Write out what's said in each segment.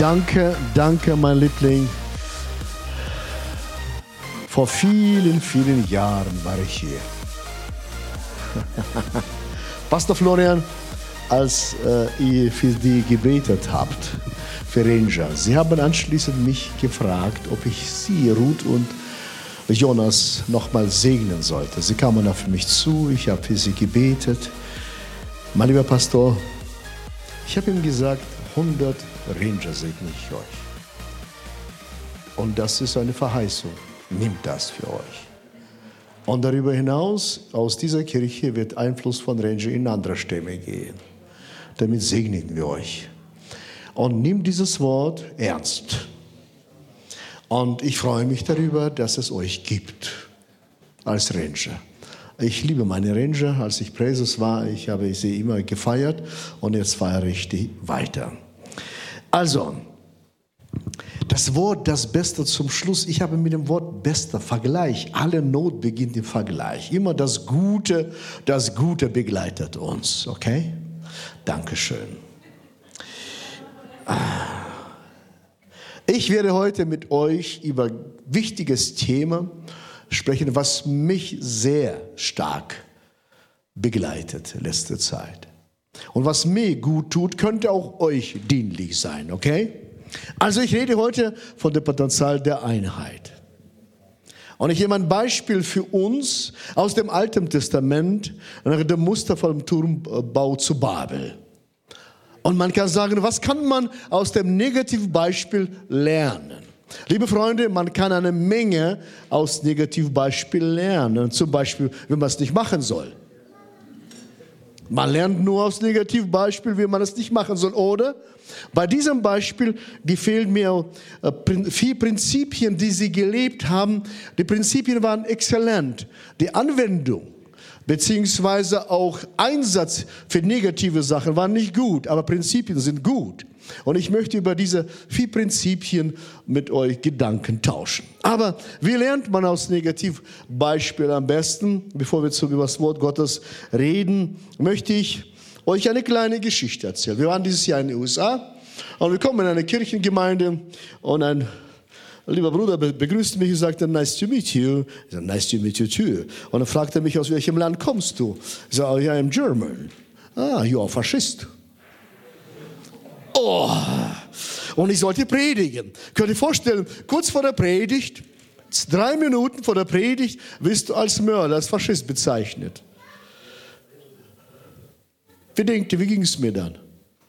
Danke, mein Liebling. Vor vielen, vielen Jahren war ich hier. Pastor Florian, als ihr für die gebetet habt, für Ranger, Sie haben anschließend mich gefragt, ob ich Sie, Ruth und Jonas nochmal segnen sollte. Sie kamen auf mich zu, ich habe für sie gebetet. Mein lieber Pastor, ich habe ihm gesagt, 100 Ranger segne ich euch. Und das ist eine Verheißung. Nehmt das für euch. Und darüber hinaus, aus dieser Kirche wird Einfluss von Ranger in andere Stämme gehen. Damit segnen wir euch. Und nehmt dieses Wort ernst. Und ich freue mich darüber, dass es euch gibt als Ranger. Ich liebe meine Ranger. Als ich Präses war, ich habe sie immer gefeiert und jetzt feiere ich die weiter. Also, das Wort, das Beste zum Schluss. Ich habe mit dem Wort Bester Vergleich. Alle Not beginnt im Vergleich. Immer das Gute begleitet uns. Okay? Dankeschön. Ich werde heute mit euch über ein wichtiges Thema sprechen, was mich sehr stark begleitet letzte Zeit. Und was mir gut tut, könnte auch euch dienlich sein, okay? Also ich rede heute von dem Potenzial der Einheit. Und ich nehme ein Beispiel für uns aus dem Alten Testament, nach dem Muster vom Turmbau zu Babel. Und man kann sagen, was kann man aus dem Negativbeispiel lernen? Liebe Freunde, man kann eine Menge aus Negativbeispiel lernen. Zum Beispiel, wie man es nicht machen soll. Man lernt nur aus Negativbeispiel, wie man es nicht machen soll. Oder bei diesem Beispiel gefällt mir 4 Prinzipien, die sie gelebt haben. Die Prinzipien waren exzellent. Die Anwendung beziehungsweise auch Einsatz für negative Sachen waren nicht gut, aber Prinzipien sind gut. Und ich möchte über diese 4 Prinzipien mit euch Gedanken tauschen. Aber wie lernt man aus Negativbeispielen am besten? Bevor wir über das Wort Gottes reden, möchte ich euch eine kleine Geschichte erzählen. Wir waren dieses Jahr in den USA und wir kommen in eine Kirchengemeinde und ein lieber Bruder begrüßte mich und sagte, nice to meet you. Ich sagte, nice to meet you too. Und er fragte mich, aus welchem Land kommst du? Ich sagte, I am German. Ah, you are Faschist. Oh, und ich sollte predigen. Könnt ihr vorstellen, kurz vor der Predigt, 3 Minuten vor der Predigt, wirst du als Mörder, als Faschist bezeichnet. Wie denkt ihr, wie ging es mir dann?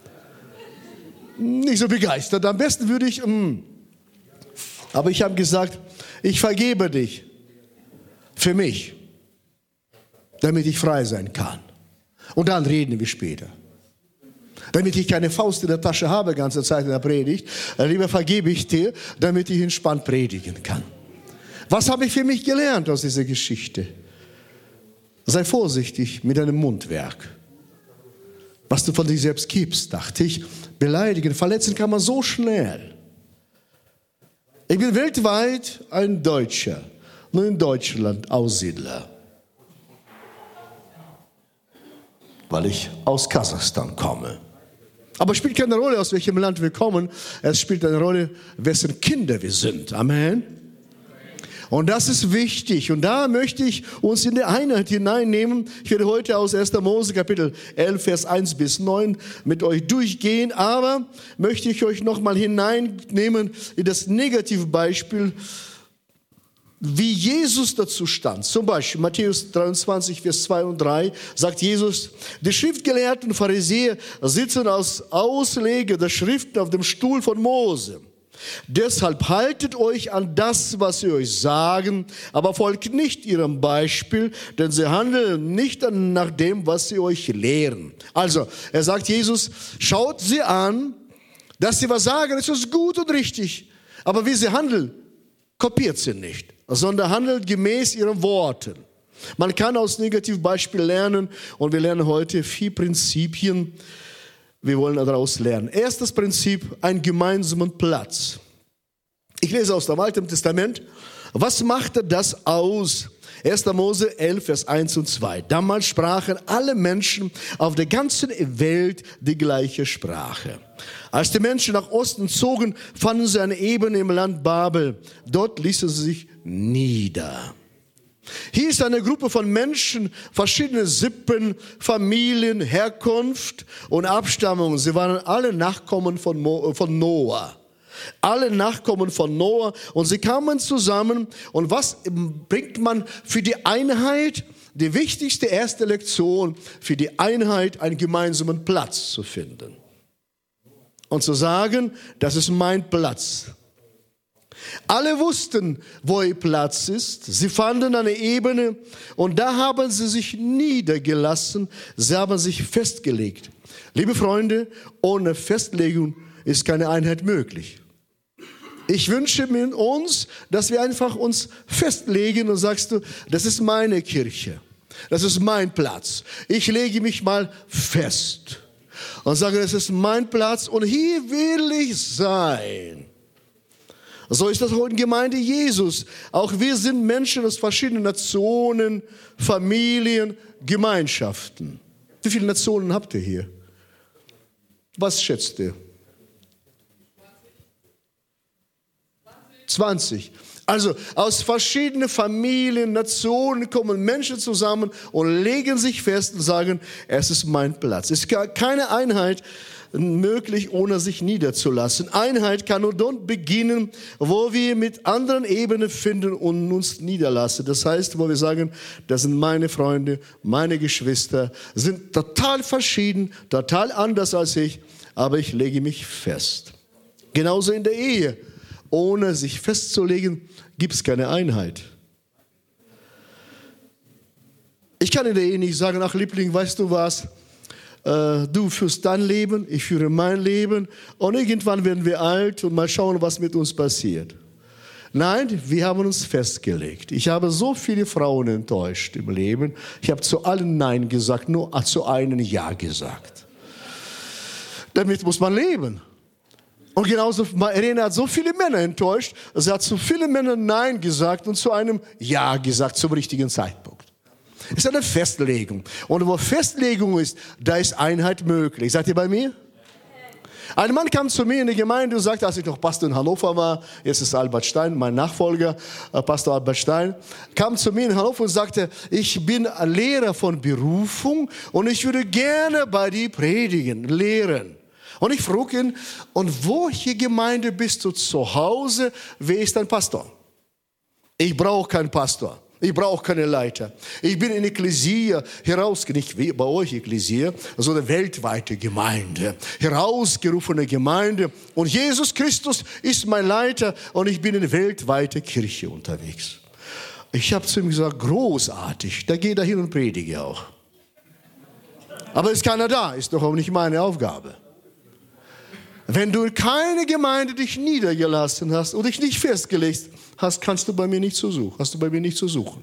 Nicht so begeistert. Am besten würde ich... Aber ich habe gesagt, ich vergebe dich für mich, damit ich frei sein kann. Und dann reden wir später. Damit ich keine Faust in der Tasche habe, die ganze Zeit in der Predigt, lieber vergebe ich dir, damit ich entspannt predigen kann. Was habe ich für mich gelernt aus dieser Geschichte? Sei vorsichtig mit deinem Mundwerk. Was du von dir selbst gibst, dachte ich, beleidigen, verletzen kann man so schnell. Ich bin weltweit ein Deutscher, nur in Deutschland Aussiedler. Weil ich aus Kasachstan komme. Aber es spielt keine Rolle, aus welchem Land wir kommen. Es spielt eine Rolle, wessen Kinder wir sind. Amen. Und das ist wichtig. Und da möchte ich uns in die Einheit hineinnehmen. Ich werde heute aus 1. Mose Kapitel 11, Vers 1 bis 9 mit euch durchgehen. Aber möchte ich euch nochmal hineinnehmen in das Negativbeispiel, wie Jesus dazu stand. Zum Beispiel Matthäus 23, Vers 2 und 3 sagt Jesus, die Schriftgelehrten und Pharisäer sitzen als Ausleger der Schriften auf dem Stuhl von Mose. Deshalb haltet euch an das, was sie euch sagen, aber folgt nicht ihrem Beispiel, denn sie handeln nicht nach dem, was sie euch lehren. Also, er sagt Jesus, schaut sie an, dass sie was sagen, es ist gut und richtig, aber wie sie handeln, kopiert sie nicht, sondern handelt gemäß ihren Worten. Man kann aus Negativbeispiel lernen und wir lernen heute 4 Prinzipien. Wir wollen daraus lernen. Erstes Prinzip, einen gemeinsamen Platz. Ich lese aus dem Alten Testament. Was machte das aus, 1. Mose 11, Vers 1 und 2. Damals sprachen alle Menschen auf der ganzen Welt die gleiche Sprache. Als die Menschen nach Osten zogen, fanden sie eine Ebene im Land Babel. Dort ließen sie sich nieder. Hier ist eine Gruppe von Menschen, verschiedene Sippen, Familien, Herkunft und Abstammung. Sie waren alle Nachkommen von Noah. Alle Nachkommen von Noah. Und sie kamen zusammen. Und was bringt man für die Einheit? Die wichtigste erste Lektion für die Einheit, einen gemeinsamen Platz zu finden. Und zu sagen, das ist mein Platz. Alle wussten, wo ihr Platz ist. Sie fanden eine Ebene und da haben sie sich niedergelassen. Sie haben sich festgelegt. Liebe Freunde, ohne Festlegung ist keine Einheit möglich. Ich wünsche mir uns, dass wir einfach uns festlegen und sagst du, das ist meine Kirche. Das ist mein Platz. Ich lege mich mal fest und sage, das ist mein Platz und hier will ich sein. So ist das auch in Gemeinde Jesus. Auch wir sind Menschen aus verschiedenen Nationen, Familien, Gemeinschaften. Wie viele Nationen habt ihr hier? Was schätzt ihr? 20. Also aus verschiedenen Familien, Nationen kommen Menschen zusammen und legen sich fest und sagen, es ist mein Platz. Es ist keine Einheit möglich, ohne sich niederzulassen. Einheit kann nur dort beginnen, wo wir mit anderen Ebenen finden und uns niederlassen. Das heißt, wo wir sagen, das sind meine Freunde, meine Geschwister, sind total verschieden, total anders als ich, aber ich lege mich fest. Genauso in der Ehe. Ohne sich festzulegen, gibt es keine Einheit. Ich kann in der Ehe nicht sagen, ach Liebling, weißt du was? Du führst dein Leben, ich führe mein Leben und irgendwann werden wir alt und mal schauen, was mit uns passiert. Nein, wir haben uns festgelegt. Ich habe so viele Frauen enttäuscht im Leben. Ich habe zu allen Nein gesagt, nur zu einem Ja gesagt. Damit muss man leben. Und genauso, Irene hat so viele Männer enttäuscht, sie hat zu vielen Männern Nein gesagt und zu einem Ja gesagt zum richtigen Zeitpunkt. Es ist eine Festlegung. Und wo Festlegung ist, da ist Einheit möglich. Seid ihr bei mir? Ein Mann kam zu mir in die Gemeinde und sagte, als ich noch Pastor in Hannover war, jetzt ist Albert Stein, mein Nachfolger, Pastor Albert Stein, kam zu mir in Hannover und sagte, ich bin Lehrer von Berufung und ich würde gerne bei dir predigen, lehren. Und ich frug ihn, und welche Gemeinde bist du zu Hause? Wer ist dein Pastor? Ich brauche keinen Pastor. Ich brauche keine Leiter. Ich bin in Ekklesia nicht wie bei euch Ekklesia, sondern weltweite Gemeinde. Herausgerufene Gemeinde. Und Jesus Christus ist mein Leiter und ich bin in weltweiter Kirche unterwegs. Ich habe zu ihm gesagt, großartig, da geh da hin und predige auch. Aber ist keiner da, ist doch auch nicht meine Aufgabe. Wenn du in keine Gemeinde dich niedergelassen hast und dich nicht festgelegt hast, hast du bei mir nicht zu suchen.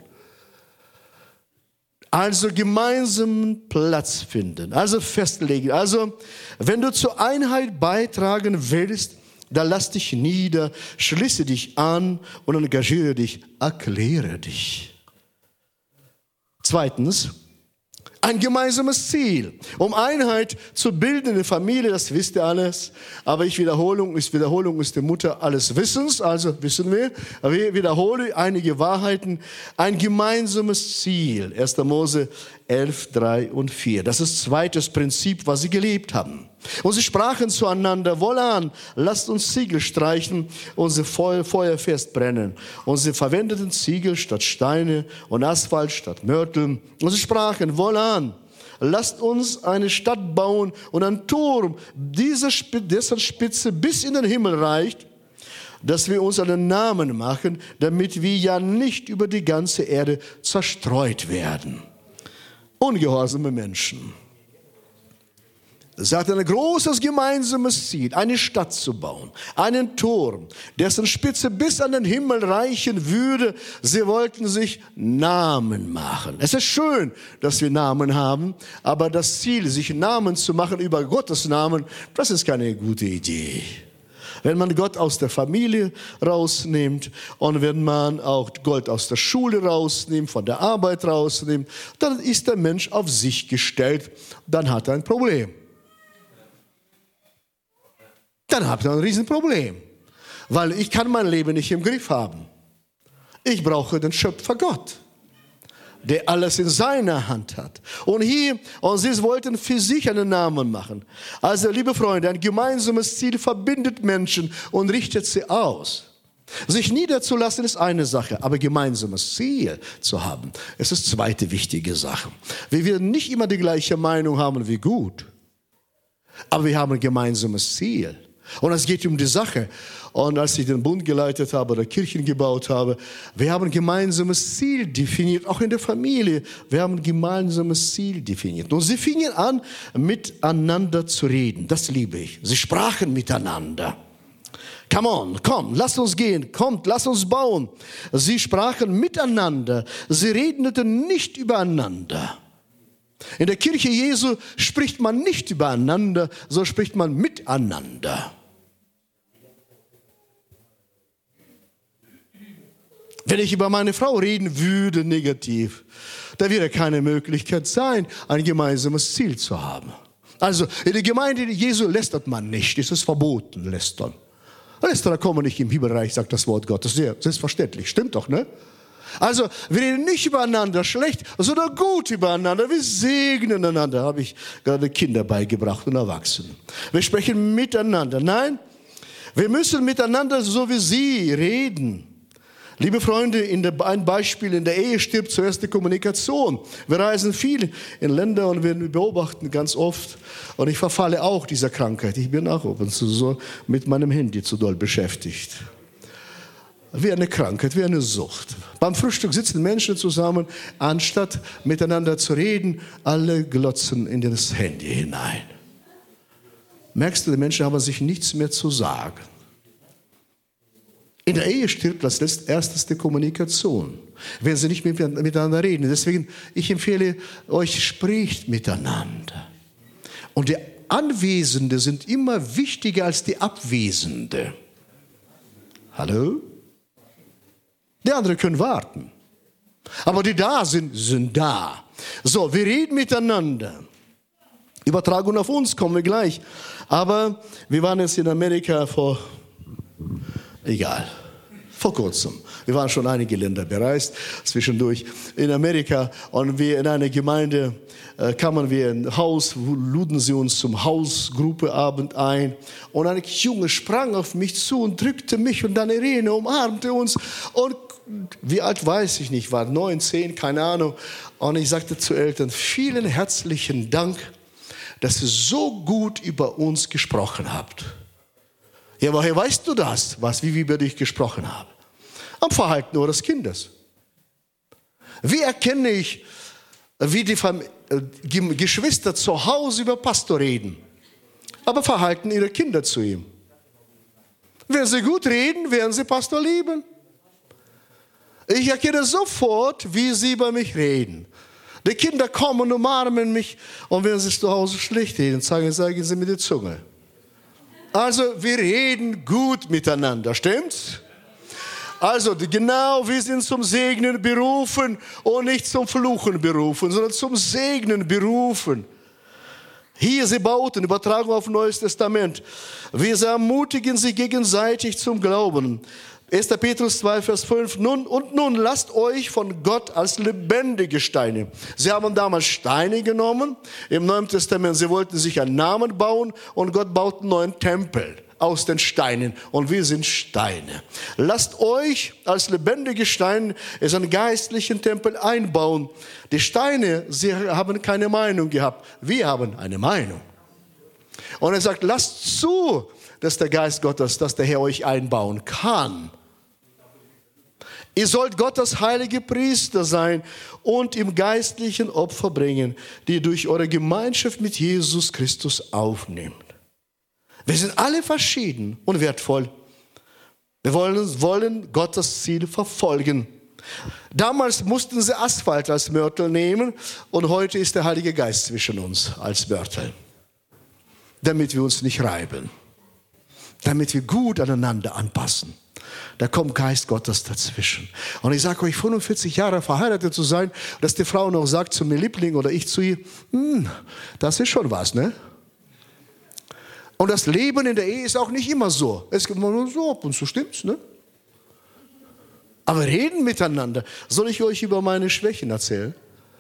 Also gemeinsamen Platz finden, also festlegen. Also wenn du zur Einheit beitragen willst, dann lass dich nieder, schließe dich an und engagiere dich, erkläre dich. Zweitens, ein gemeinsames Ziel. Um Einheit zu bilden in der Familie, das wisst ihr alles. Aber Wiederholung ist die Mutter alles Wissens. Also wissen wir, ich wiederhole einige Wahrheiten. Ein gemeinsames Ziel. 1. Mose 11, 3 und 4. Das ist das zweite Prinzip, was sie gelebt haben. Und sie sprachen zueinander, wohlan, lasst uns Ziegel streichen und sie Feuer festbrennen. Und sie verwendeten Ziegel statt Steine und Asphalt statt Mörtel. Und sie sprachen, wohlan, lasst uns eine Stadt bauen und einen Turm, dessen Spitze bis in den Himmel reicht, dass wir uns einen Namen machen, damit wir ja nicht über die ganze Erde zerstreut werden. Ungehorsame Menschen. Sie hatten ein großes gemeinsames Ziel, eine Stadt zu bauen, einen Turm, dessen Spitze bis an den Himmel reichen würde. Sie wollten sich Namen machen. Es ist schön, dass wir Namen haben, aber das Ziel, sich Namen zu machen über Gottes Namen, das ist keine gute Idee. Wenn man Gott aus der Familie rausnimmt und wenn man auch Gott aus der Schule rausnimmt, von der Arbeit rausnimmt, dann ist der Mensch auf sich gestellt, dann hat er ein Problem. Dann habt ihr ein Riesenproblem, weil ich kann mein Leben nicht im Griff haben. Ich brauche den Schöpfer Gott, der alles in seiner Hand hat. Und sie wollten für sich einen Namen machen. Also, liebe Freunde, ein gemeinsames Ziel verbindet Menschen und richtet sie aus. Sich niederzulassen ist eine Sache, aber gemeinsames Ziel zu haben, ist die zweite wichtige Sache. Wir werden nicht immer die gleiche Meinung haben wie gut, aber wir haben ein gemeinsames Ziel. Und es geht um die Sache. Und als ich den Bund geleitet habe oder Kirchen gebaut habe, wir haben ein gemeinsames Ziel definiert, auch in der Familie. Wir haben ein gemeinsames Ziel definiert. Und sie fingen an, miteinander zu reden. Das liebe ich. Sie sprachen miteinander. Come on, komm, lass uns gehen, kommt, lass uns bauen. Sie sprachen miteinander. Sie redeten nicht übereinander. In der Kirche Jesu spricht man nicht übereinander, so spricht man miteinander. Wenn ich über meine Frau reden würde, negativ, da wäre keine Möglichkeit sein, ein gemeinsames Ziel zu haben. Also in der Gemeinde Jesu lästert man nicht, es ist verboten, lästern. Lästerer kommen nicht im Himmelreich, sagt das Wort Gottes. Sehr selbstverständlich, stimmt doch, ne? Also, wir reden nicht übereinander schlecht, sondern gut übereinander. Wir segnen einander, habe ich gerade Kinder beigebracht und Erwachsene. Wir sprechen miteinander. Nein, wir müssen miteinander so wie sie reden. Liebe Freunde, ein Beispiel in der Ehe stirbt zuerst die Kommunikation. Wir reisen viel in Länder und wir beobachten ganz oft. Und ich verfalle auch dieser Krankheit. Ich bin auch ab und zu so mit meinem Handy zu doll beschäftigt. Wie eine Krankheit, wie eine Sucht. Beim Frühstück sitzen Menschen zusammen, anstatt miteinander zu reden, alle glotzen in das Handy hinein. Merkst du, die Menschen haben sich nichts mehr zu sagen. In der Ehe stirbt als erstes die Kommunikation, wenn sie nicht miteinander reden. Deswegen, ich empfehle euch, sprecht miteinander. Und die Anwesenden sind immer wichtiger als die Abwesenden. Hallo? Die anderen können warten. Aber die da sind, sind da. So, wir reden miteinander. Übertragung auf uns kommen wir gleich. Aber wir waren jetzt in Amerika vor kurzem. Wir waren schon einige Länder bereist, zwischendurch in Amerika. Und wir in einer Gemeinde kamen wir in ein Haus, luden sie uns zum Hausgruppeabend ein. Und ein Junge sprang auf mich zu und drückte mich und dann Irene umarmte uns. Und wie alt weiß ich nicht, war 9, 10, keine Ahnung. Und ich sagte zu Eltern, vielen herzlichen Dank, dass ihr so gut über uns gesprochen habt. Ja, woher weißt du das, wie wir über dich gesprochen haben? Am Verhalten eures Kindes. Wie erkenne ich, wie die Geschwister zu Hause über Pastor reden, aber Verhalten ihrer Kinder zu ihm? Wenn sie gut reden, werden sie Pastor lieben. Ich erkenne sofort, wie sie über mich reden. Die Kinder kommen und umarmen mich und wenn sie zu Hause schlecht reden, sagen sie mir die Zunge. Also wir reden gut miteinander, stimmt's? Also genau, wir sind zum Segnen berufen und nicht zum Fluchen berufen, sondern zum Segnen berufen. Hier, sie bauten, Übertragung auf Neues Testament. Wir ermutigen sie gegenseitig zum Glauben. 1. Petrus 2, Vers 5. Nun lasst euch von Gott als lebendige Steine. Sie haben damals Steine genommen im Neuen Testament. Sie wollten sich einen Namen bauen und Gott baut einen neuen Tempel aus den Steinen. Und wir sind Steine. Lasst euch als lebendige Steine in einen geistlichen Tempel einbauen. Die Steine, sie haben keine Meinung gehabt. Wir haben eine Meinung. Und er sagt, lasst zu, dass der Geist Gottes, dass der Herr euch einbauen kann. Ihr sollt Gottes heilige Priester sein und im geistlichen Opfer bringen, die ihr durch eure Gemeinschaft mit Jesus Christus aufnehmt. Wir sind alle verschieden und wertvoll. Wir wollen Gottes Ziel verfolgen. Damals mussten sie Asphalt als Mörtel nehmen und heute ist der Heilige Geist zwischen uns als Mörtel, damit wir uns nicht reiben. damit wir gut aneinander anpassen. Da kommt Geist Gottes dazwischen. Und ich sage euch, 45 Jahre verheiratet zu sein, dass die Frau noch sagt zu mir, Liebling, oder ich zu ihr, das ist schon was, ne? Und das Leben in der Ehe ist auch nicht immer so. Es gibt immer nur so, ab und zu stimmt's, ne? Aber reden miteinander. Soll ich euch über meine Schwächen erzählen?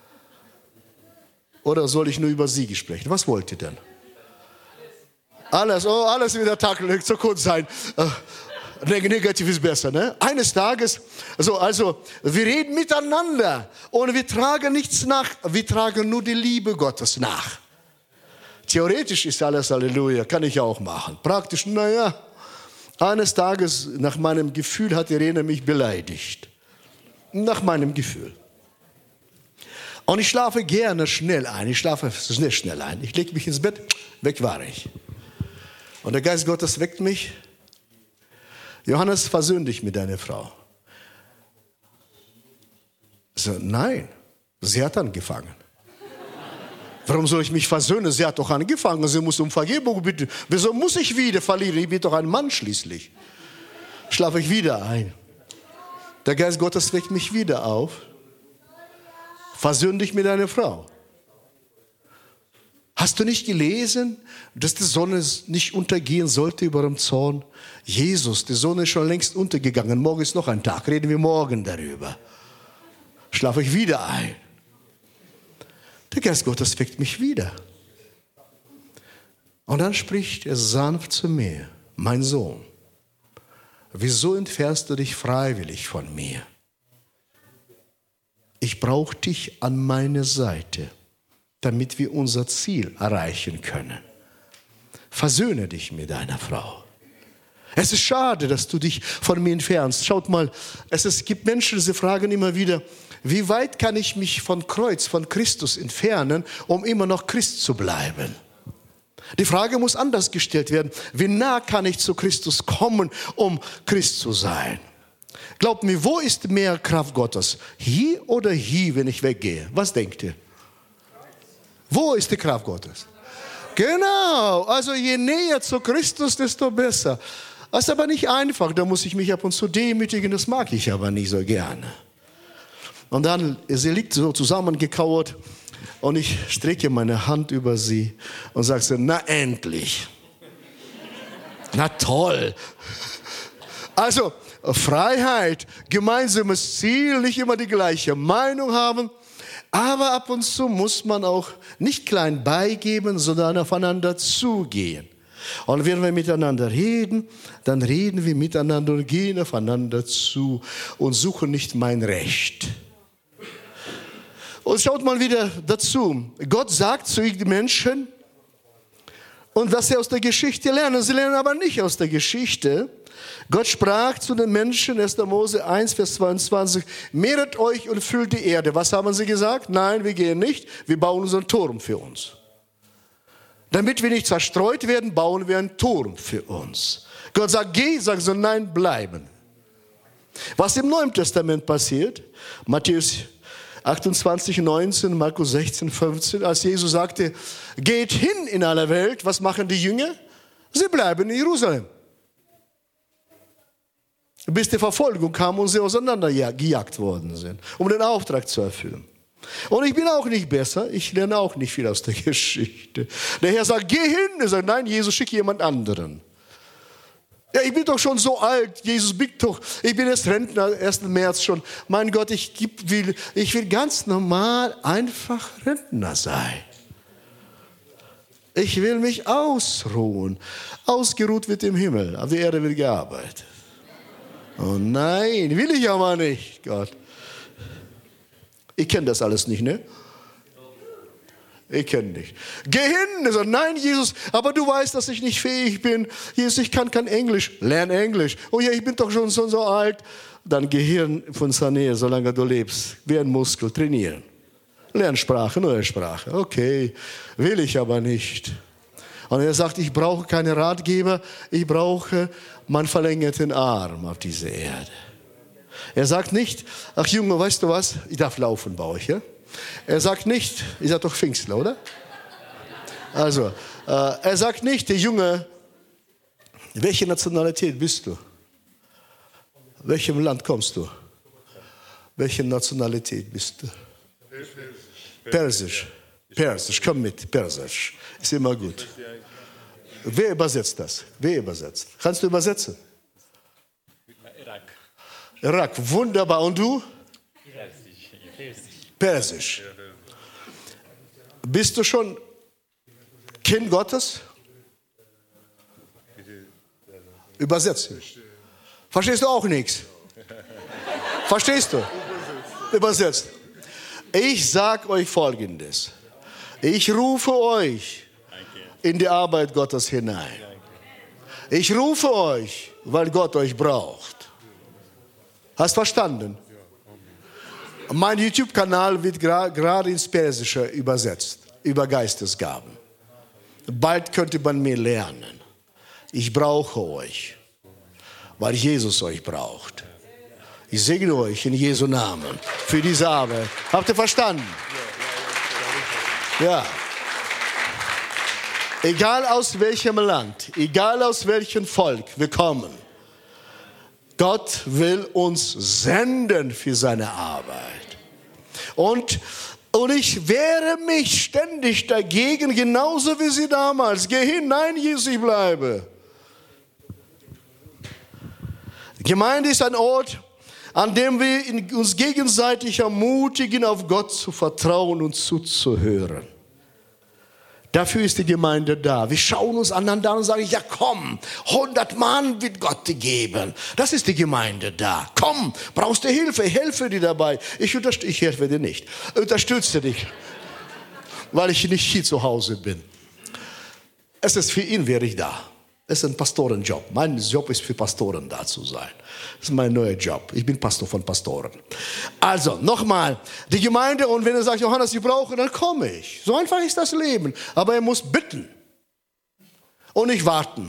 Oder soll ich nur über sie sprechen? Was wollt ihr denn? Alles, alles wird der Tag zu kurz sein. Negativ ist besser, ne? Eines Tages, also wir reden miteinander und wir tragen nichts nach, wir tragen nur die Liebe Gottes nach. Theoretisch ist alles Halleluja, kann ich auch machen. Praktisch, naja, eines Tages nach meinem Gefühl hat Irene mich beleidigt. Nach meinem Gefühl. Und ich schlafe gerne schnell ein, ich schlafe sehr schnell ein. Ich lege mich ins Bett, weg war ich. Und der Geist Gottes weckt mich. Johannes, versöhn dich mit deiner Frau. Ich so, nein, sie hat angefangen. Warum soll ich mich versöhnen? Sie hat doch angefangen, sie muss um Vergebung bitten. Wieso muss ich wieder verlieren? Ich bin doch ein Mann schließlich. Schlafe ich wieder ein. Der Geist Gottes weckt mich wieder auf. Versöhn dich mit deiner Frau. Hast du nicht gelesen, dass die Sonne nicht untergehen sollte über dem Zorn? Jesus, die Sonne ist schon längst untergegangen. Morgen ist noch ein Tag. Reden wir morgen darüber. Schlafe ich wieder ein. Der Geist Gottes weckt mich wieder. Und dann spricht er sanft zu mir. Mein Sohn, wieso entfernst du dich freiwillig von mir? Ich brauche dich an meiner Seite, damit wir unser Ziel erreichen können. Versöhne dich mit deiner Frau. Es ist schade, dass du dich von mir entfernst. Schaut mal, es gibt Menschen, die fragen immer wieder, wie weit kann ich mich von Kreuz, von Christus entfernen, um immer noch Christ zu bleiben? Die Frage muss anders gestellt werden. Wie nah kann ich zu Christus kommen, um Christ zu sein? Glaubt mir, wo ist mehr Kraft Gottes? Hier oder hier, wenn ich weggehe? Was denkt ihr? Wo ist die Kraft Gottes? Genau, also je näher zu Christus, desto besser. Das ist aber nicht einfach, da muss ich mich ab und zu demütigen, das mag ich aber nicht so gerne. Und dann, sie liegt so zusammengekauert und ich strecke meine Hand über sie und sage so, na endlich. Na toll. Also Freiheit, gemeinsames Ziel, nicht immer die gleiche Meinung haben, aber ab und zu muss man auch nicht klein beigeben, sondern aufeinander zugehen. Und wenn wir miteinander reden, dann reden wir miteinander und gehen aufeinander zu und suchen nicht mein Recht. Und schaut mal wieder dazu. Gott sagt zu den Menschen, und dass sie aus der Geschichte lernen. Sie lernen aber nicht aus der Geschichte. Gott sprach zu den Menschen, 1. Mose 1, Vers 22, mehret euch und füllt die Erde. Was haben sie gesagt? Nein, wir gehen nicht, wir bauen unseren Turm für uns. Damit wir nicht zerstreut werden, bauen wir einen Turm für uns. Gott sagt, geh, sagen sie, nein, bleiben. Was im Neuen Testament passiert, Matthäus 28, 19, Markus 16, 15, als Jesus sagte, geht hin in alle Welt, was machen die Jünger? Sie bleiben in Jerusalem. Bis die Verfolgung kam und sie auseinandergejagt worden sind, um den Auftrag zu erfüllen. Und ich bin auch nicht besser, ich lerne auch nicht viel aus der Geschichte. Der Herr sagt, geh hin. Er sagt, nein, Jesus, schick jemand anderen. Ja, ich bin doch schon so alt, Jesus, bitte doch, ich bin erst Rentner, 1. März schon. Mein Gott, ich will ganz normal einfach Rentner sein. Ich will mich ausruhen. Ausgeruht wird im Himmel, auf der Erde wird gearbeitet. Oh nein, will ich aber nicht, Gott. Ich kenne das alles nicht, ne? Ich kenne nicht. Geh hin. Er sagt, nein, Jesus, aber du weißt, dass ich nicht fähig bin. Jesus, ich kann kein Englisch. Lern Englisch. Oh ja, ich bin doch schon so alt. Dein Gehirn funktioniert, solange du lebst. Wie ein Muskel, trainieren. Lern Sprache, neue Sprache. Okay, will ich aber nicht. Und er sagt, ich brauche keine Ratgeber. Ich brauche meinen verlängerten Arm auf dieser Erde. Er sagt nicht, ach Junge, weißt du was? Ich darf laufen bei euch, ja? Er sagt nicht, ihr seid doch Pfingstler, oder? Also, er sagt nicht, der Junge, Welche Nationalität bist du? Welchem Land kommst du? Welche Nationalität bist du? Persisch. Persisch, komm mit, Persisch. Ist immer gut. Wer übersetzt das? Wer übersetzt? Kannst du übersetzen? Irak. Irak, wunderbar. Und du? Persisch. Bist du schon Kind Gottes? Übersetzen. Verstehst du auch nichts? Verstehst du? Übersetzt. Ich sage euch Folgendes. Ich rufe euch in die Arbeit Gottes hinein. Ich rufe euch, weil Gott euch braucht. Hast verstanden? Mein YouTube-Kanal wird gerade ins Persische übersetzt, über Geistesgaben. Bald könnt ihr bei mir lernen. Ich brauche euch, weil Jesus euch braucht. Ich segne euch in Jesu Namen für diese Arbeit. Habt ihr verstanden? Ja. Egal aus welchem Land, egal aus welchem Volk wir kommen, Gott will uns senden für seine Arbeit. Und ich wehre mich ständig dagegen, genauso wie sie damals. Geh hin, nein, Jesus, ich bleibe. Gemeinde ist ein Ort, an dem wir uns gegenseitig ermutigen, auf Gott zu vertrauen und zuzuhören. Dafür ist die Gemeinde da. Wir schauen uns einander an und sagen, ja komm, 100 Mann wird Gott dir geben. Das ist die Gemeinde da. Komm, brauchst du Hilfe, ich helfe dir dabei. Ich helfe dir nicht. Unterstütze dich, weil ich nicht hier zu Hause bin. Es ist für ihn, wäre ich da. Es ist ein Pastorenjob. Mein Job ist für Pastoren da zu sein. Das ist mein neuer Job. Ich bin Pastor von Pastoren. Also, nochmal, die Gemeinde, und wenn er sagt, Johannes, ich brauche, dann komme ich. So einfach ist das Leben. Aber er muss bitten und nicht warten.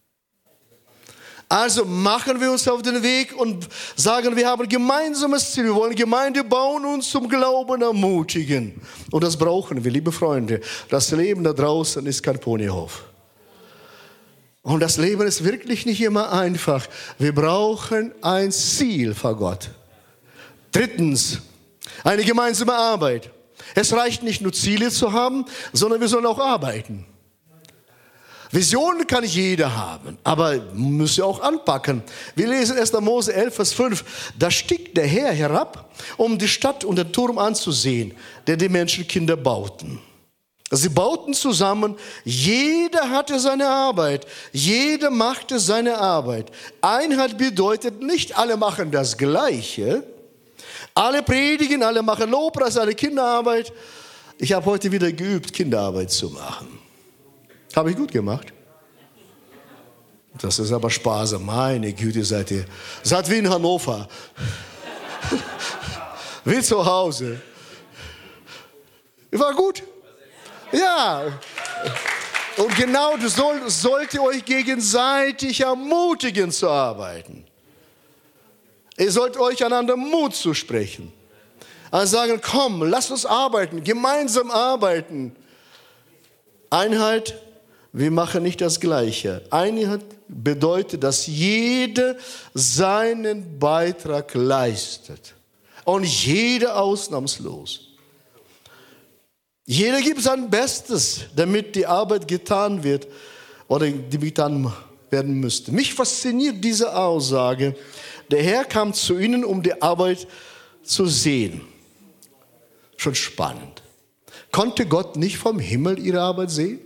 Also machen wir uns auf den Weg und sagen, wir haben ein gemeinsames Ziel. Wir wollen Gemeinde bauen und zum Glauben ermutigen. Und das brauchen wir, liebe Freunde. Das Leben da draußen ist kein Ponyhof. Und das Leben ist wirklich nicht immer einfach. Wir brauchen ein Ziel vor Gott. Drittens, eine gemeinsame Arbeit. Es reicht nicht nur Ziele zu haben, sondern wir sollen auch arbeiten. Visionen kann jeder haben, aber muss ja auch anpacken. Wir lesen 1. Mose 11, Vers 5. Da stieg der Herr herab, um die Stadt und den Turm anzusehen, der die Menschenkinder bauten. Sie bauten zusammen, jeder hatte seine Arbeit, jeder machte seine Arbeit. Einheit bedeutet, nicht alle machen das Gleiche, alle predigen, alle machen Lobpreis, alle Kinderarbeit. Ich habe heute wieder geübt, Kinderarbeit zu machen. Habe ich gut gemacht. Das ist aber Spaß, meine Güte, seid ihr. Seid wie in Hannover. Wie zu Hause. War gut. Ja, und genau das sollt ihr euch gegenseitig ermutigen zu arbeiten. Ihr sollt euch einander Mut zusprechen. Also sagen, komm, lasst uns arbeiten, gemeinsam arbeiten. Einheit, wir machen nicht das Gleiche. Einheit bedeutet, dass jeder seinen Beitrag leistet. Und jeder ausnahmslos. Jeder gibt sein Bestes, damit die Arbeit getan wird oder die getan werden müsste. Mich fasziniert diese Aussage. Der Herr kam zu ihnen, um die Arbeit zu sehen. Schon spannend. Konnte Gott nicht vom Himmel ihre Arbeit sehen?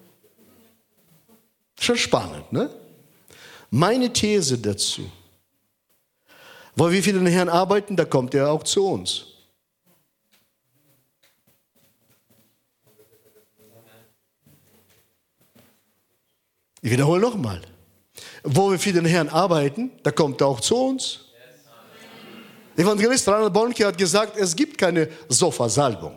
Schon spannend, ne? Meine These dazu. Weil wir für den Herrn arbeiten, da kommt er auch zu uns. Ich wiederhole nochmal. Wo wir für den Herrn arbeiten, da kommt er auch zu uns. Evangelist Reinhard Bonnke hat gesagt, es gibt keine Sofasalbung.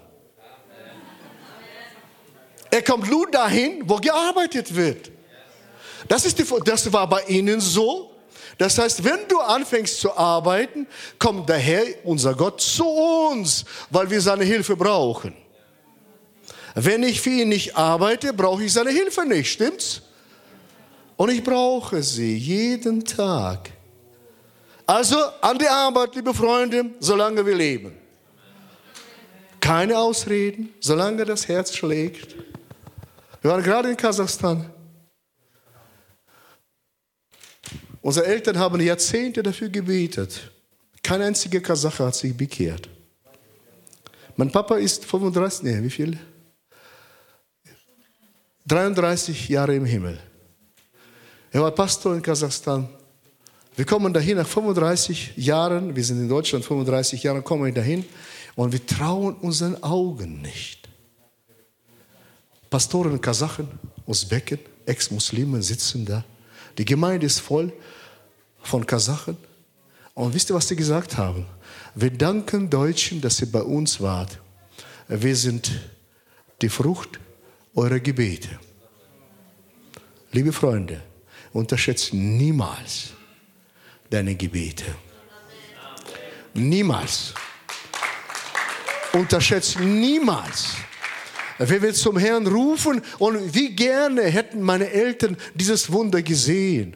Er kommt nur dahin, wo gearbeitet wird. Das war bei ihnen so. Das heißt, wenn du anfängst zu arbeiten, kommt der Herr, unser Gott, zu uns, weil wir seine Hilfe brauchen. Wenn ich für ihn nicht arbeite, brauche ich seine Hilfe nicht, stimmt's? Und ich brauche sie jeden Tag. Also an die Arbeit, liebe Freunde, solange wir leben. Keine Ausreden, solange das Herz schlägt. Wir waren gerade in Kasachstan. Unsere Eltern haben Jahrzehnte dafür gebetet. Kein einziger Kasache hat sich bekehrt. Mein Papa ist 33 Jahre im Himmel. Er war Pastor in Kasachstan. Wir kommen dahin nach 35 Jahren, wir sind in Deutschland 35 Jahre, kommen wir dahin und wir trauen unseren Augen nicht. Pastoren, Kasachen, Usbeken, Ex-Muslimen sitzen da. Die Gemeinde ist voll von Kasachen. Und wisst ihr, was sie gesagt haben? Wir danken Deutschen, dass ihr bei uns wart. Wir sind die Frucht eurer Gebete. Liebe Freunde, unterschätzt niemals deine Gebete. Niemals. Unterschätzt niemals. Wenn wir zum Herrn rufen und wie gerne hätten meine Eltern dieses Wunder gesehen.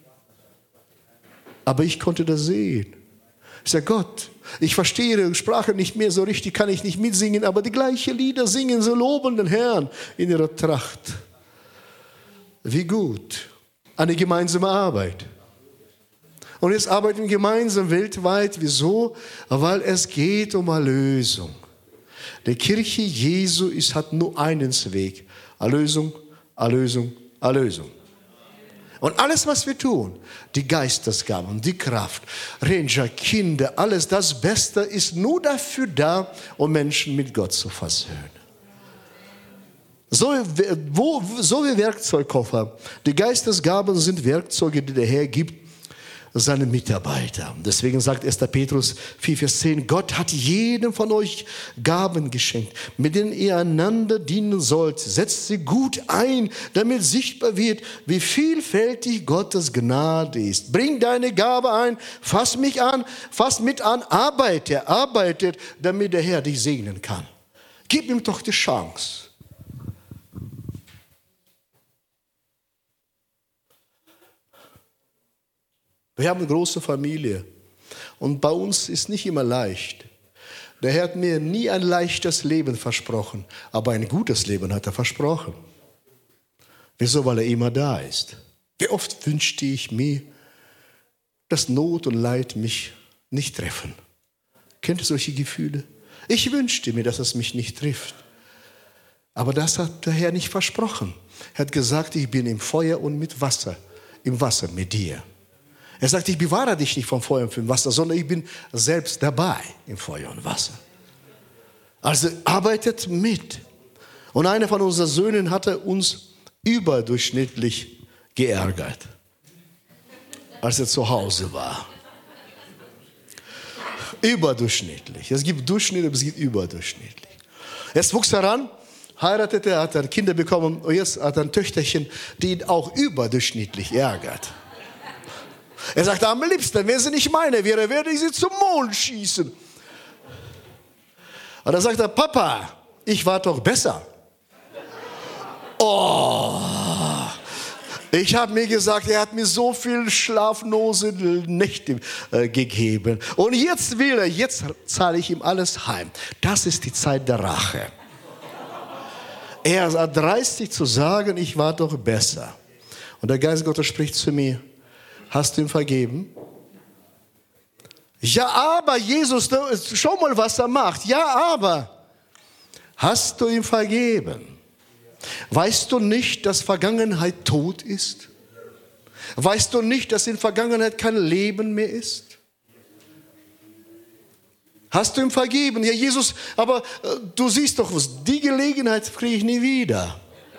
Aber ich konnte das sehen. Ich sage, Gott, ich verstehe Ihre Sprache nicht mehr so richtig, kann ich nicht mitsingen, aber die gleichen Lieder singen, so loben den Herrn in ihrer Tracht. Wie gut. Eine gemeinsame Arbeit. Und jetzt arbeiten wir gemeinsam weltweit. Wieso? Weil es geht um Erlösung. Die Kirche Jesu hat nur einen Weg. Erlösung, Erlösung, Erlösung. Und alles, was wir tun, die Geistesgaben, die Kraft, Ranger, Kinder, alles das Beste ist nur dafür da, um Menschen mit Gott zu versöhnen. So wie Werkzeugkoffer. Die Geistesgaben sind Werkzeuge, die der Herr gibt seinen Mitarbeiter. Deswegen sagt 1. Petrus 4, Vers 10, Gott hat jedem von euch Gaben geschenkt, mit denen ihr einander dienen sollt. Setzt sie gut ein, damit sichtbar wird, wie vielfältig Gottes Gnade ist. Bring deine Gabe ein, fass mich an, fass mit an, arbeitet, damit der Herr dich segnen kann. Gib ihm doch die Chance. Wir haben eine große Familie und bei uns ist nicht immer leicht. Der Herr hat mir nie ein leichtes Leben versprochen, aber ein gutes Leben hat er versprochen. Wieso? Weil er immer da ist. Wie oft wünschte ich mir, dass Not und Leid mich nicht treffen. Kennt ihr solche Gefühle? Ich wünschte mir, dass es mich nicht trifft. Aber das hat der Herr nicht versprochen. Er hat gesagt, ich bin im Feuer und mit Wasser, im Wasser mit dir. Er sagt, ich bewahre dich nicht vom Feuer und vom Wasser, sondern ich bin selbst dabei im Feuer und Wasser. Also arbeitet mit. Und einer von unseren Söhnen hatte uns überdurchschnittlich geärgert, als er zu Hause war. Überdurchschnittlich. Es gibt Durchschnitt, aber es gibt überdurchschnittlich. Jetzt wuchs er heran, heiratete, hat er Kinder bekommen und jetzt hat er ein Töchterchen, die ihn auch überdurchschnittlich ärgert. Er sagt, am liebsten, wenn sie nicht meine wäre, werde ich sie zum Mond schießen. Und dann sagt er, Papa, ich war doch besser. Oh, ich habe mir gesagt, er hat mir so viel schlaflose Nächte gegeben. Und jetzt jetzt zahle ich ihm alles heim. Das ist die Zeit der Rache. Er ist dreistig zu sagen, ich war doch besser. Und der Geist Gottes spricht zu mir, hast du ihm vergeben? Ja, aber Jesus, schau mal, was er macht. Ja, aber hast du ihm vergeben? Weißt du nicht, dass Vergangenheit tot ist? Weißt du nicht, dass in Vergangenheit kein Leben mehr ist? Hast du ihm vergeben? Ja, Jesus, aber du siehst doch, die Gelegenheit kriege ich nie wieder.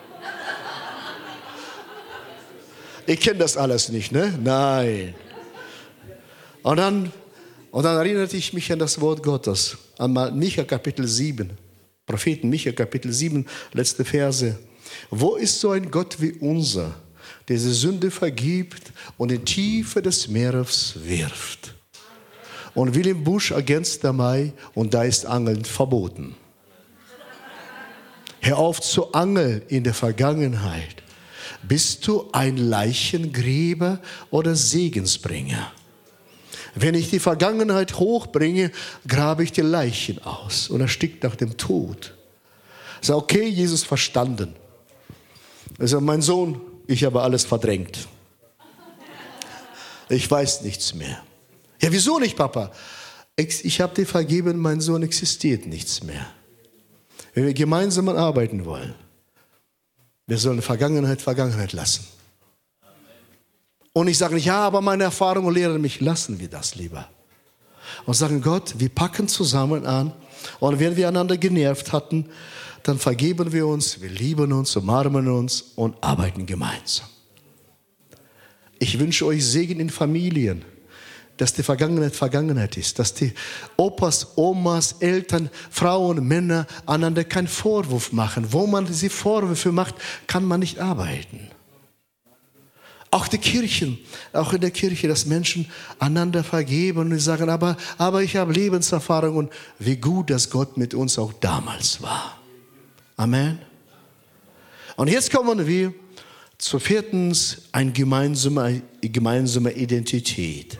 Ich kenne das alles nicht, ne? Nein. Und dann erinnerte ich mich an das Wort Gottes, an Micha Kapitel 7, Propheten Micha Kapitel 7, letzte Verse. Wo ist so ein Gott wie unser, der die Sünde vergibt und in die Tiefe des Meeres wirft? Und will im Busch ergänzt der Mai und da ist Angeln verboten. Hör auf zu angeln in der Vergangenheit. Bist du ein Leichengräber oder Segensbringer? Wenn ich die Vergangenheit hochbringe, grabe ich die Leichen aus und erstickt nach dem Tod. Ich sage, okay, Jesus, verstanden. Ich sage, mein Sohn, ich habe alles verdrängt. Ich weiß nichts mehr. Ja, wieso nicht, Papa? Ich habe dir vergeben, mein Sohn, existiert nichts mehr. Wenn wir gemeinsam arbeiten wollen, wir sollen Vergangenheit lassen. Und ich sage nicht, ja, aber meine Erfahrungen lehren mich, lassen wir das lieber. Und sagen, Gott, wir packen zusammen an und wenn wir einander genervt hatten, dann vergeben wir uns, wir lieben uns, umarmen uns und arbeiten gemeinsam. Ich wünsche euch Segen in Familien, dass die Vergangenheit ist, dass die Opas, Omas, Eltern, Frauen, Männer einander keinen Vorwurf machen. Wo man sie Vorwürfe macht, kann man nicht arbeiten. Auch auch in der Kirche, dass Menschen einander vergeben und sagen, aber ich habe Lebenserfahrung und wie gut, dass Gott mit uns auch damals war. Amen. Und jetzt kommen wir zu viertens, eine gemeinsame Identität.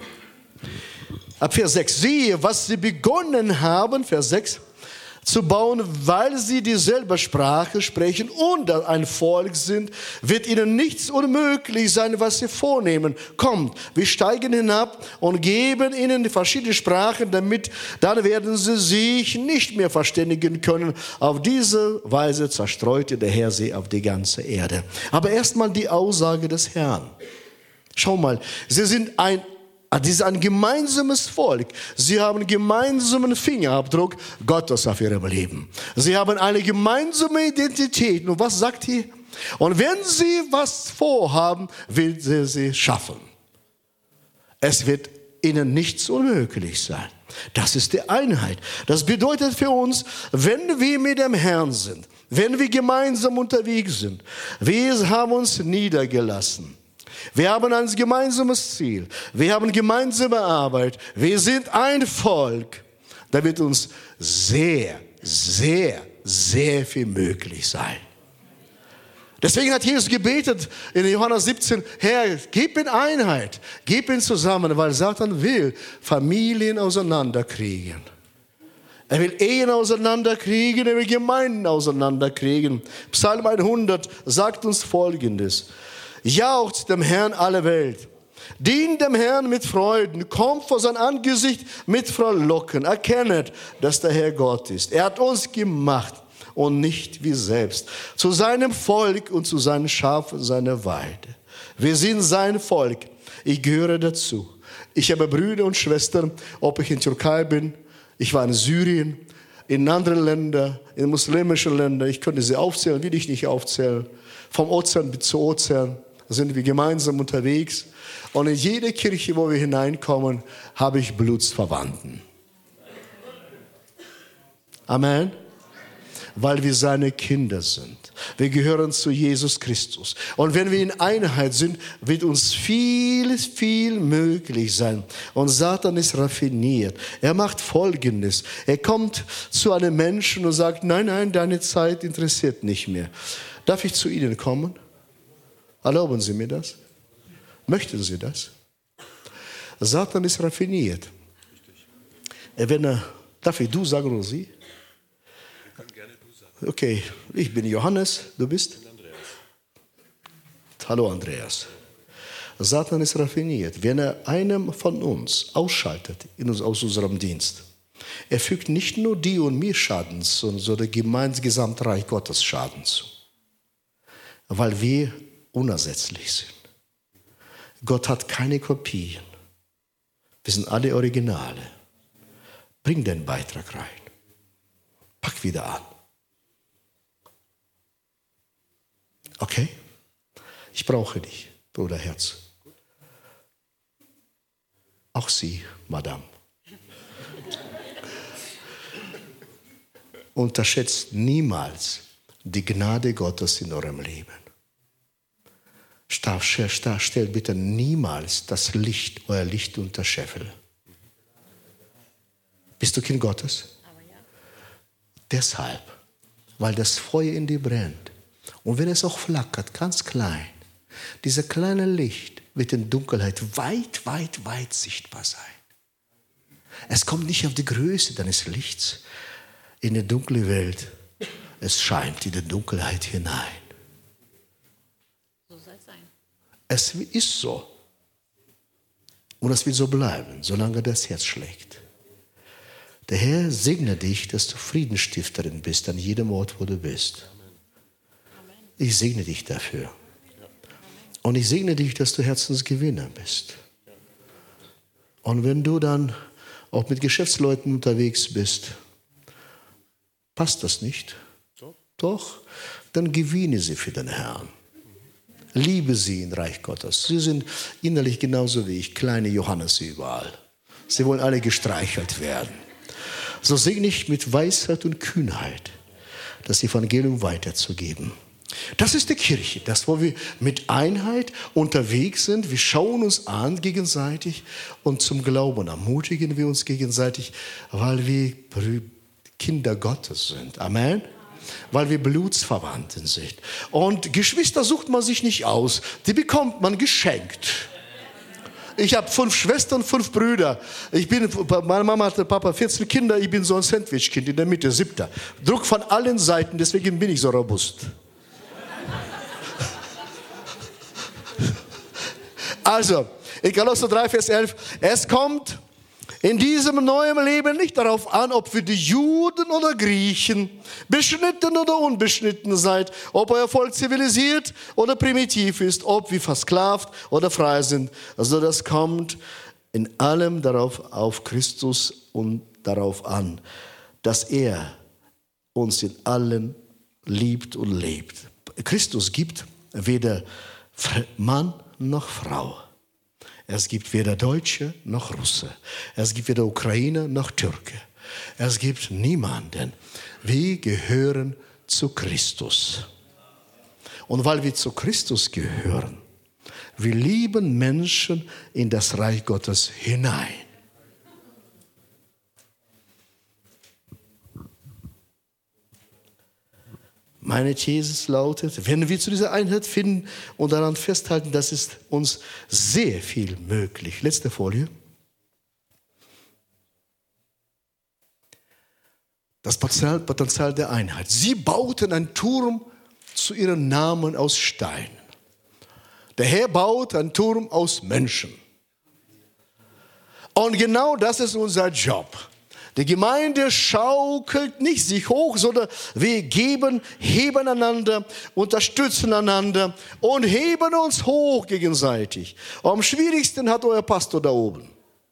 Ab Vers 6, siehe, was sie begonnen haben, Vers 6, zu bauen, weil sie dieselbe Sprache sprechen und ein Volk sind, wird ihnen nichts unmöglich sein, was sie vornehmen. Kommt, wir steigen hinab und geben ihnen die verschiedenen Sprachen, dann werden sie sich nicht mehr verständigen können. Auf diese Weise zerstreute der Herr sie auf die ganze Erde. Aber erstmal die Aussage des Herrn. Schau mal, sie sind ein gemeinsames Volk. Sie haben einen gemeinsamen Fingerabdruck Gottes auf ihrem Leben. Sie haben eine gemeinsame Identität. Und was sagt hier? Und wenn sie was vorhaben, will sie schaffen. Es wird ihnen nichts unmöglich sein. Das ist die Einheit. Das bedeutet für uns, wenn wir mit dem Herrn sind, wenn wir gemeinsam unterwegs sind, wir haben uns niedergelassen. Wir haben ein gemeinsames Ziel. Wir haben gemeinsame Arbeit. Wir sind ein Volk. Da wird uns sehr, sehr, sehr viel möglich sein. Deswegen hat Jesus gebetet in Johannes 17, Herr, gib in Einheit, gib in zusammen, weil Satan will Familien auseinanderkriegen. Er will Ehen auseinanderkriegen, er will Gemeinden auseinanderkriegen. Psalm 100 sagt uns Folgendes. Jauchzt dem Herrn alle Welt. Dient dem Herrn mit Freuden. Kommt vor sein Angesicht mit Frohlocken. Erkennet, dass der Herr Gott ist. Er hat uns gemacht und nicht wir selbst. Zu seinem Volk und zu seinen Schafen seiner Weide. Wir sind sein Volk. Ich gehöre dazu. Ich habe Brüder und Schwestern, ob ich in Türkei bin, ich war in Syrien, in anderen Ländern, in muslimischen Ländern. Ich könnte sie aufzählen, will ich nicht aufzählen. Vom Ozean bis zu Ozean sind wir gemeinsam unterwegs. Und in jede Kirche, wo wir hineinkommen, habe ich Blutsverwandten. Amen. Weil wir seine Kinder sind. Wir gehören zu Jesus Christus. Und wenn wir in Einheit sind, wird uns viel, viel möglich sein. Und Satan ist raffiniert. Er macht Folgendes. Er kommt zu einem Menschen und sagt, nein, deine Zeit interessiert nicht mehr. Darf ich zu Ihnen kommen? Erlauben Sie mir das? Möchten Sie das? Satan ist raffiniert. Darf ich du sagen oder Sie? Ich kann gerne du sagen. Okay, ich bin Johannes, du bist? Ich bin Andreas. Hallo Andreas. Satan ist raffiniert. Wenn er einem von uns ausschaltet aus unserem Dienst, er fügt nicht nur dir und mir Schaden zu, sondern dem Gesamtreich Gottes Schaden zu. Weil wir unersetzlich sind. Gott hat keine Kopien. Wir sind alle Originale. Bring den Beitrag rein. Pack wieder an. Okay? Ich brauche dich, Bruder Herz. Auch Sie, Madame. Unterschätzt niemals die Gnade Gottes in eurem Leben. Stellt bitte niemals euer Licht unter Scheffel. Bist du Kind Gottes? Aber ja. Deshalb, weil das Feuer in dir brennt. Und wenn es auch flackert, ganz klein, Dieser kleine Licht wird in Dunkelheit weit, weit, weit sichtbar sein. Es kommt nicht auf die Größe deines Lichts in die dunkle Welt. Es scheint in die Dunkelheit hinein. So soll es sein. Es ist so. Und es wird so bleiben, solange das Herz schlägt. Der Herr segne dich, dass du Friedensstifterin bist an jedem Ort, wo du bist. Ich segne dich dafür. Und ich segne dich, dass du Herzensgewinner bist. Und wenn du dann auch mit Geschäftsleuten unterwegs bist, passt das nicht? Doch, dann gewinne sie für den Herrn. Liebe sie im Reich Gottes. Sie sind innerlich genauso wie ich, kleine Johannes überall. Sie wollen alle gestreichelt werden. So segne ich mit Weisheit und Kühnheit, das Evangelium weiterzugeben. Das ist die Kirche, das, wo wir mit Einheit unterwegs sind. Wir schauen uns an gegenseitig und zum Glauben ermutigen wir uns gegenseitig, weil wir Kinder Gottes sind. Amen. Weil wir Blutsverwandten sind. Und Geschwister sucht man sich nicht aus, die bekommt man geschenkt. Ich habe 5 Schwestern, 5 Brüder. Meine Mama hatte Papa 14 Kinder, ich bin so ein Sandwich-Kind in der Mitte, 7. Druck von allen Seiten, deswegen bin ich so robust. Also, in Kolosser 3, Vers 11, es kommt in diesem neuen Leben nicht darauf an, ob wir die Juden oder Griechen, beschnitten oder unbeschnitten seid, ob euer Volk zivilisiert oder primitiv ist, ob wir versklavt oder frei sind. Also das kommt in allem darauf auf Christus und darauf an, dass er uns in allen liebt und lebt. Christus gibt weder Mann noch Frau. Es gibt weder Deutsche noch Russe. Es gibt weder Ukrainer noch Türke. Es gibt niemanden. Wir gehören zu Christus. Und weil wir zu Christus gehören, wir lieben Menschen in das Reich Gottes hinein. Meine These lautet, wenn wir zu dieser Einheit finden und daran festhalten, das ist uns sehr viel möglich. Letzte Folie. Das Potenzial der Einheit. Sie bauten einen Turm zu ihrem Namen aus Stein. Der Herr baut einen Turm aus Menschen. Und genau das ist unser Job. Die Gemeinde schaukelt nicht sich hoch, sondern wir heben einander, unterstützen einander und heben uns hoch gegenseitig. Am schwierigsten hat euer Pastor da oben.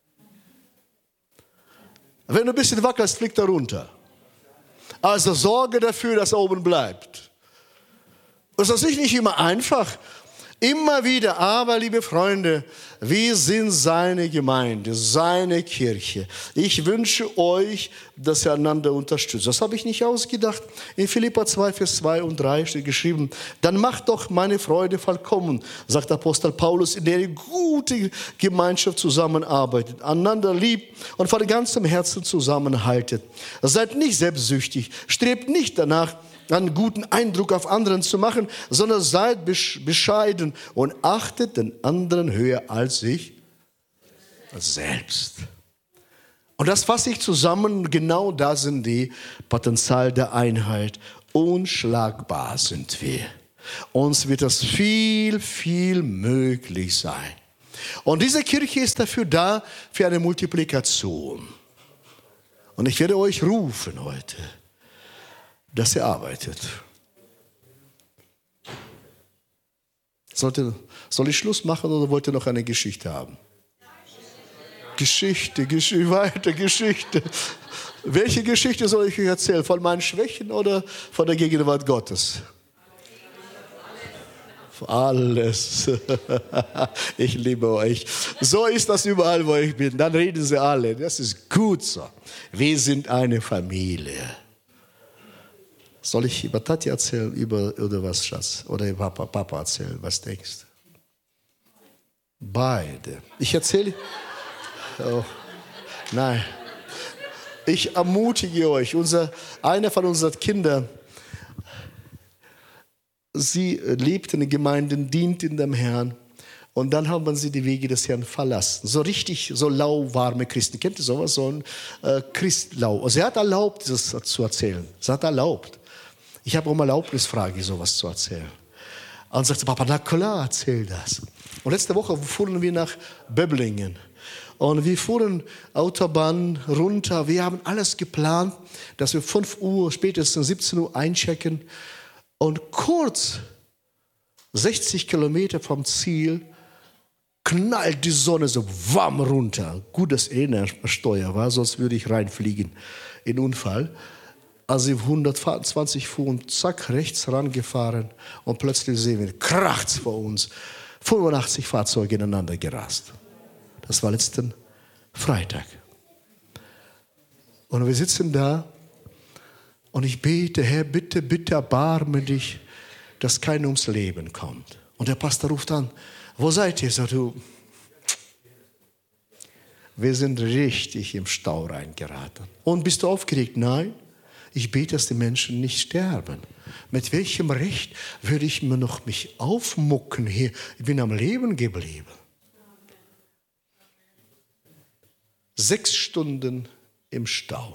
Wenn du ein bisschen wackelst, fliegt er runter. Also sorge dafür, dass er oben bleibt. Das ist nicht immer einfach. Immer wieder, aber liebe Freunde, wir sind seine Gemeinde, seine Kirche. Ich wünsche euch, dass ihr einander unterstützt. Das habe ich nicht ausgedacht. In Philipper 2, Vers 2 und 3 steht geschrieben, dann macht doch meine Freude vollkommen, sagt Apostel Paulus, in der ihr gute Gemeinschaft zusammenarbeitet, einander liebt und von ganzem Herzen zusammenhaltet. Seid nicht selbstsüchtig, strebt nicht danach, einen guten Eindruck auf anderen zu machen, sondern seid bescheiden und achtet den anderen höher als sich selbst. Und das fasse ich zusammen, genau das sind die Potenzial der Einheit. Unschlagbar sind wir. Uns wird das viel, viel möglich sein. Und diese Kirche ist dafür da, für eine Multiplikation. Und ich werde euch rufen heute, dass ihr arbeitet. Soll ich Schluss machen oder wollt ihr noch eine Geschichte haben? Geschichte, weiter Geschichte. Welche Geschichte soll ich euch erzählen? Von meinen Schwächen oder von der Gegenwart Gottes? Alles. Ich liebe euch. So ist das überall, wo ich bin. Dann reden sie alle. Das ist gut so. Wir sind eine Familie. Soll ich über Tati erzählen, oder was, Schatz? Oder über Papa erzählen? Was denkst du? Beide. Ich erzähle... Oh, nein. Ich ermutige euch. Einer von unseren Kindern sie lebt in den Gemeinden, dient in dem Herrn. Und dann haben sie die Wege des Herrn verlassen. So richtig, so lauwarme Christen. Kennt ihr sowas? So ein Christlau. Sie hat erlaubt, das zu erzählen. Sie hat erlaubt. Ich habe um Erlaubnisfrage, sowas zu erzählen. Und sagte, Papa, na klar, erzähl das. Und letzte Woche fuhren wir nach Böblingen. Und wir fuhren Autobahn runter. Wir haben alles geplant, dass wir 5 Uhr, spätestens 17 Uhr einchecken. Und kurz 60 Kilometer vom Ziel knallt die Sonne so warm runter. Gut, dass Steuer war, sonst würde ich reinfliegen in Unfall. Als sie 120 fuhren, zack, rechts rangefahren und plötzlich sehen wir, kracht's vor uns. 85 Fahrzeuge ineinander gerast. Das war letzten Freitag. Und wir sitzen da und ich bete, Herr, bitte, bitte erbarme dich, dass keiner ums Leben kommt. Und der Pastor ruft an, wo seid ihr? Sagt du, wir sind richtig im Stau reingeraten. Und bist du aufgeregt? Nein, ich bete, dass die Menschen nicht sterben. Mit welchem Recht würde ich mir noch mich aufmucken hier? Ich bin am Leben geblieben. 6 Stunden im Stau.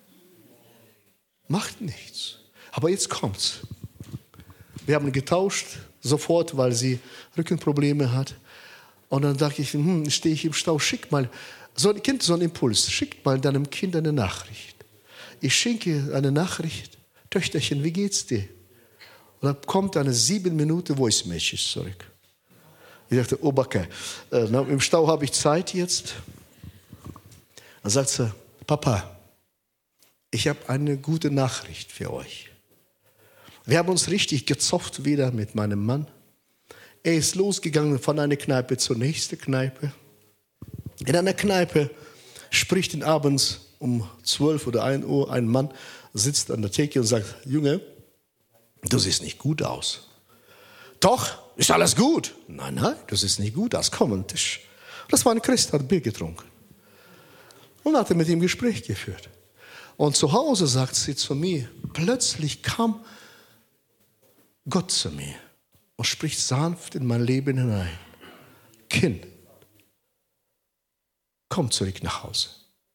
Macht nichts. Aber jetzt kommt's. Wir haben getauscht, sofort, weil sie Rückenprobleme hat. Und dann dachte ich, stehe ich im Stau, schick mal, kennt so einen Impuls, schickt mal deinem Kind eine Nachricht. Ich schenke eine Nachricht, Töchterchen, wie geht's dir? Und dann kommt eine 7 Minuten Voice Message zurück. Ich dachte, oh Backe, im Stau habe ich Zeit jetzt. Dann sagt sie, Papa, ich habe eine gute Nachricht für euch. Wir haben uns richtig gezofft wieder mit meinem Mann. Er ist losgegangen von einer Kneipe zur nächsten Kneipe. In einer Kneipe spricht ihn abends um 12 oder 1 Uhr ein Mann, sitzt an der Theke und sagt, Junge, du siehst nicht gut aus. Doch, ist alles gut. Nein, nein, du siehst nicht gut aus. Komm an den Tisch. Das war ein Christ, hat Bier getrunken. Und hat mit ihm Gespräch geführt. Und zu Hause sagt sie zu mir, plötzlich kam Gott zu mir und spricht sanft in mein Leben hinein. Kind, komm zurück nach Hause.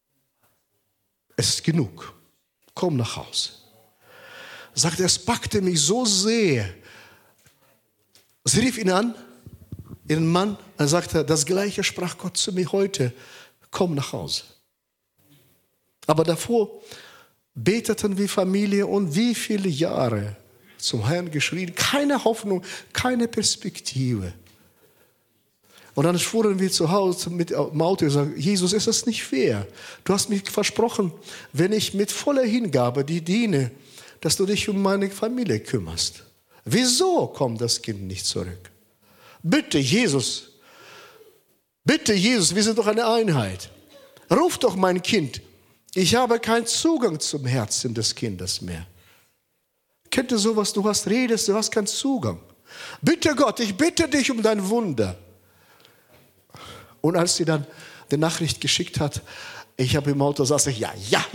Es ist genug. Komm nach Hause. Sagt, es packte mich so sehr. Sie rief ihn an, ihren Mann, er sagte, das Gleiche sprach Gott zu mir heute. Komm nach Hause. Aber davor beteten wir Familie und wie viele Jahre zum Herrn geschrien. Keine Hoffnung, keine Perspektive. Und dann fuhren wir zu Hause mit dem Auto und sagten, Jesus, ist das nicht fair? Du hast mir versprochen, wenn ich mit voller Hingabe dir diene, dass du dich um meine Familie kümmerst. Wieso kommt das Kind nicht zurück? Bitte, Jesus, wir sind doch eine Einheit. Ruf doch mein Kind. Ich habe keinen Zugang zum Herzen des Kindes mehr. Kennt ihr sowas? Du redest, du hast keinen Zugang. Bitte Gott, ich bitte dich um dein Wunder. Und als sie dann die Nachricht geschickt hat, ich habe im Auto saß ich, ja.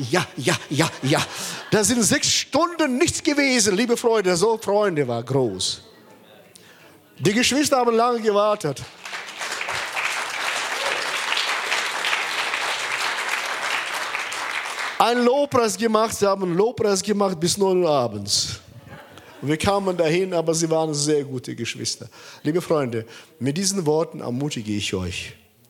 Da sind 6 Stunden nichts gewesen, liebe Freunde. So, Freunde war groß. Die Geschwister haben lange gewartet. Ein Lobpreis gemacht, sie haben einen Lobpreis gemacht bis 9 Uhr abends. Wir kamen dahin, aber sie waren sehr gute Geschwister. Liebe Freunde, mit diesen Worten ermutige ich euch.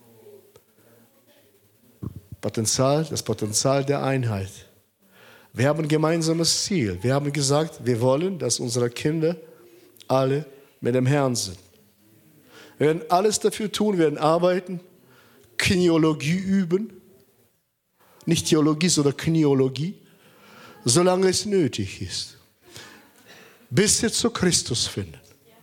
Das Potenzial der Einheit. Wir haben ein gemeinsames Ziel. Wir haben gesagt, wir wollen, dass unsere Kinder alle mit dem Herrn sind. Wir werden alles dafür tun, wir werden arbeiten, Kniologie üben. Nicht Theologie, sondern Kniologie. Solange es nötig ist. Bis sie zu Christus finden.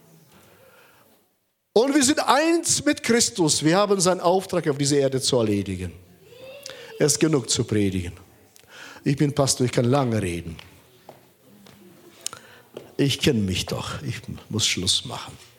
Und wir sind eins mit Christus. Wir haben seinen Auftrag auf dieser Erde zu erledigen. Es ist genug zu predigen. Ich bin Pastor, ich kann lange reden. Ich kenne mich doch. Ich muss Schluss machen.